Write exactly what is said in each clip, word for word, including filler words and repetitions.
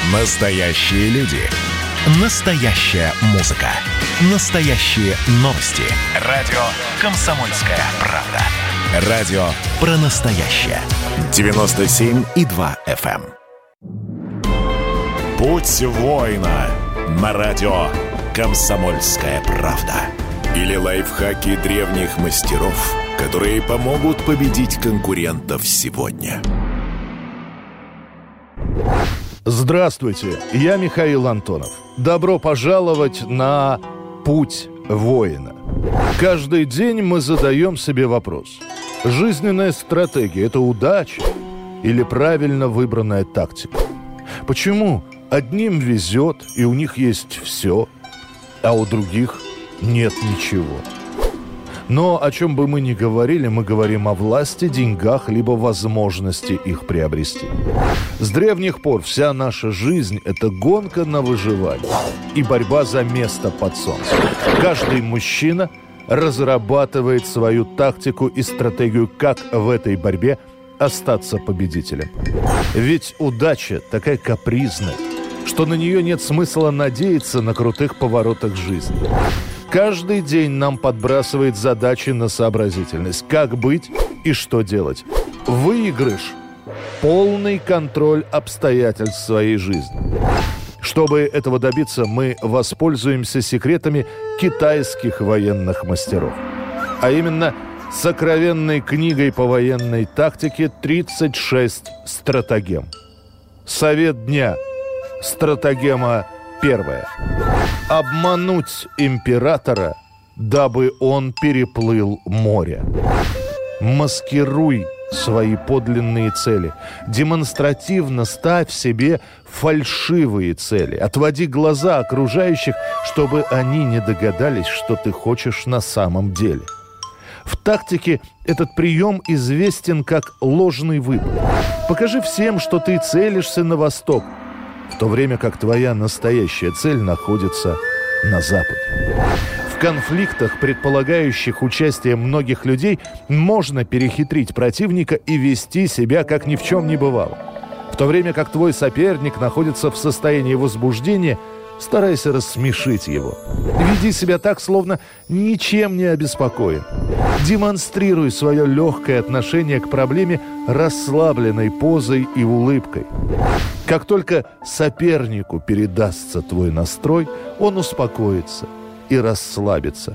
Настоящие люди. Настоящая музыка. Настоящие новости. Радио «Комсомольская правда». Радио про настоящее. девяносто семь и два эф эм. Путь воина на радио «Комсомольская правда». Или лайфхаки древних мастеров, которые помогут победить конкурентов сегодня. Здравствуйте, я Михаил Антонов. Добро пожаловать на «Путь воина». Каждый день мы задаем себе вопрос: жизненная стратегия – это удача или правильно выбранная тактика? Почему одним везет и у них есть все, а у других нет ничего? Но о чем бы мы ни говорили, мы говорим о власти, деньгах, либо возможности их приобрести. С древних пор вся наша жизнь – это гонка на выживание и борьба за место под солнцем. Каждый мужчина разрабатывает свою тактику и стратегию, как в этой борьбе остаться победителем. Ведь удача такая капризная, что на нее нет смысла надеяться на крутых поворотах жизни. Каждый день нам подбрасывает задачи на сообразительность. Как быть и что делать? Выигрыш – полный контроль обстоятельств своей жизни. Чтобы этого добиться, мы воспользуемся секретами китайских военных мастеров. А именно, сокровенной книгой по военной тактике тридцать шесть стратегем. Совет дня. Стратегема первая. Обмануть императора, дабы он переплыл море. Маскируй свои подлинные цели. Демонстративно ставь себе фальшивые цели. Отводи глаза окружающих, чтобы они не догадались, что ты хочешь на самом деле. В тактике этот прием известен как ложный выбор. Покажи всем, что ты целишься на восток, в то время как твоя настоящая цель находится на Западе. В конфликтах, предполагающих участие многих людей, можно перехитрить противника и вести себя, как ни в чем не бывало. В то время как твой соперник находится в состоянии возбуждения, старайся рассмешить его. Веди себя так, словно ничем не обеспокоен. Демонстрируй свое легкое отношение к проблеме расслабленной позой и улыбкой. Как только сопернику передастся твой настрой, он успокоится и расслабится.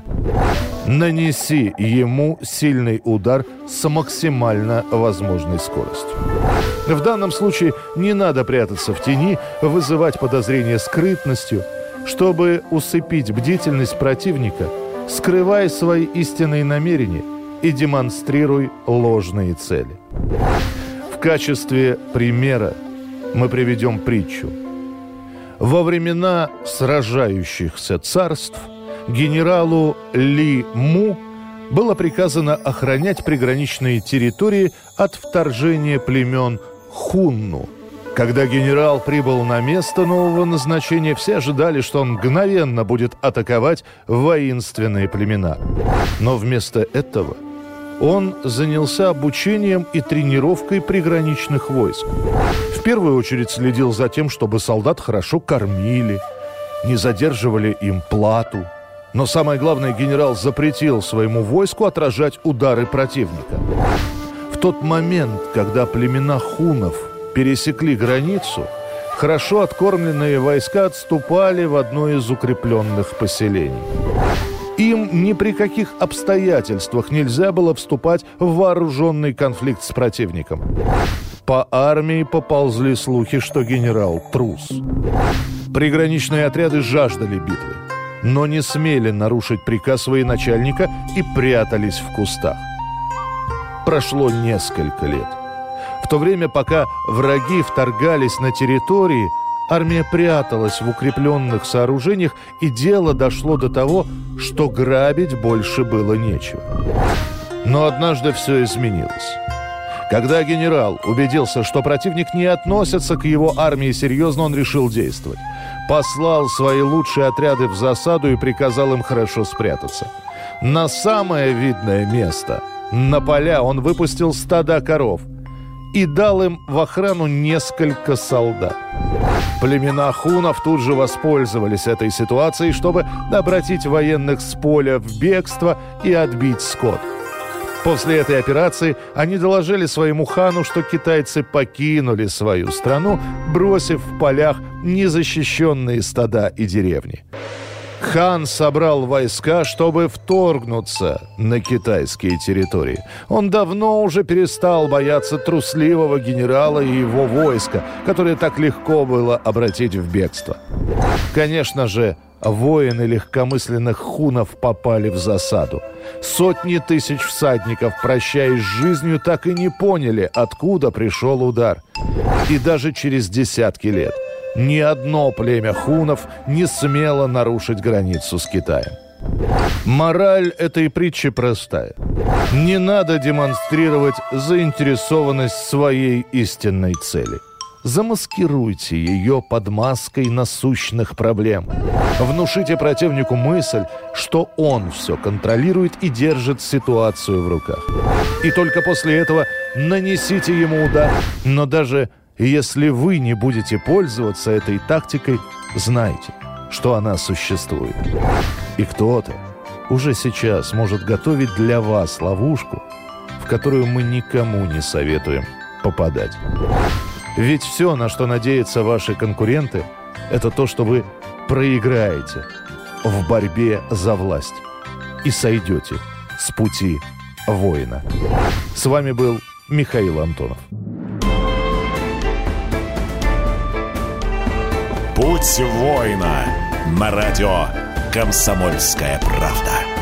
Нанеси ему сильный удар с максимально возможной скоростью. В данном случае не надо прятаться в тени, вызывать подозрения скрытностью. Чтобы усыпить бдительность противника, скрывай свои истинные намерения и демонстрируй ложные цели. В качестве примера мы приведем притчу. Во времена сражающихся царств генералу Ли Му было приказано охранять приграничные территории от вторжения племен Хунну. Когда генерал прибыл на место нового назначения, все ожидали, что он мгновенно будет атаковать воинственные племена. Но вместо этого он занялся обучением и тренировкой приграничных войск. В первую очередь следил за тем, чтобы солдат хорошо кормили, не задерживали им плату. Но самое главное, генерал запретил своему войску отражать удары противника. В тот момент, когда племена хуннов пересекли границу, хорошо откормленные войска отступали в одно из укрепленных поселений. Им ни при каких обстоятельствах нельзя было вступать в вооруженный конфликт с противником. По армии поползли слухи, что генерал трус. Приграничные отряды жаждали битвы, но не смели нарушить приказ военачальника и прятались в кустах. Прошло несколько лет. В то время, пока враги вторгались на территории, армия пряталась в укрепленных сооружениях, и дело дошло до того, что грабить больше было нечего. Но однажды все изменилось. Когда генерал убедился, что противник не относится к его армии серьезно, он решил действовать. Послал свои лучшие отряды в засаду и приказал им хорошо спрятаться. На самое видное место, на поля, он выпустил стада коров и дал им в охрану несколько солдат. Племена хунов тут же воспользовались этой ситуацией, чтобы обратить военных с поля в бегство и отбить скот. После этой операции они доложили своему хану, что китайцы покинули свою страну, бросив в полях незащищенные стада и деревни. Хан собрал войска, чтобы вторгнуться на китайские территории. Он давно уже перестал бояться трусливого генерала и его войска, которое так легко было обратить в бегство. Конечно же, воины легкомысленных хунов попали в засаду. Сотни тысяч всадников, прощаясь с жизнью, так и не поняли, откуда пришел удар. И даже через десятки лет ни одно племя хунов не смело нарушить границу с Китаем. Мораль этой притчи простая. Не надо демонстрировать заинтересованность в своей истинной цели. Замаскируйте ее под маской насущных проблем. Внушите противнику мысль, что он все контролирует и держит ситуацию в руках. И только после этого нанесите ему удар. Но даже если вы не будете пользоваться этой тактикой, знайте, что она существует. И кто-то уже сейчас может готовить для вас ловушку, в которую мы никому не советуем попадать. Ведь все, на что надеются ваши конкуренты, это то, что вы проиграете в борьбе за власть и сойдете с пути воина. С вами был Михаил Антонов. Путь воина на радио «Комсомольская правда».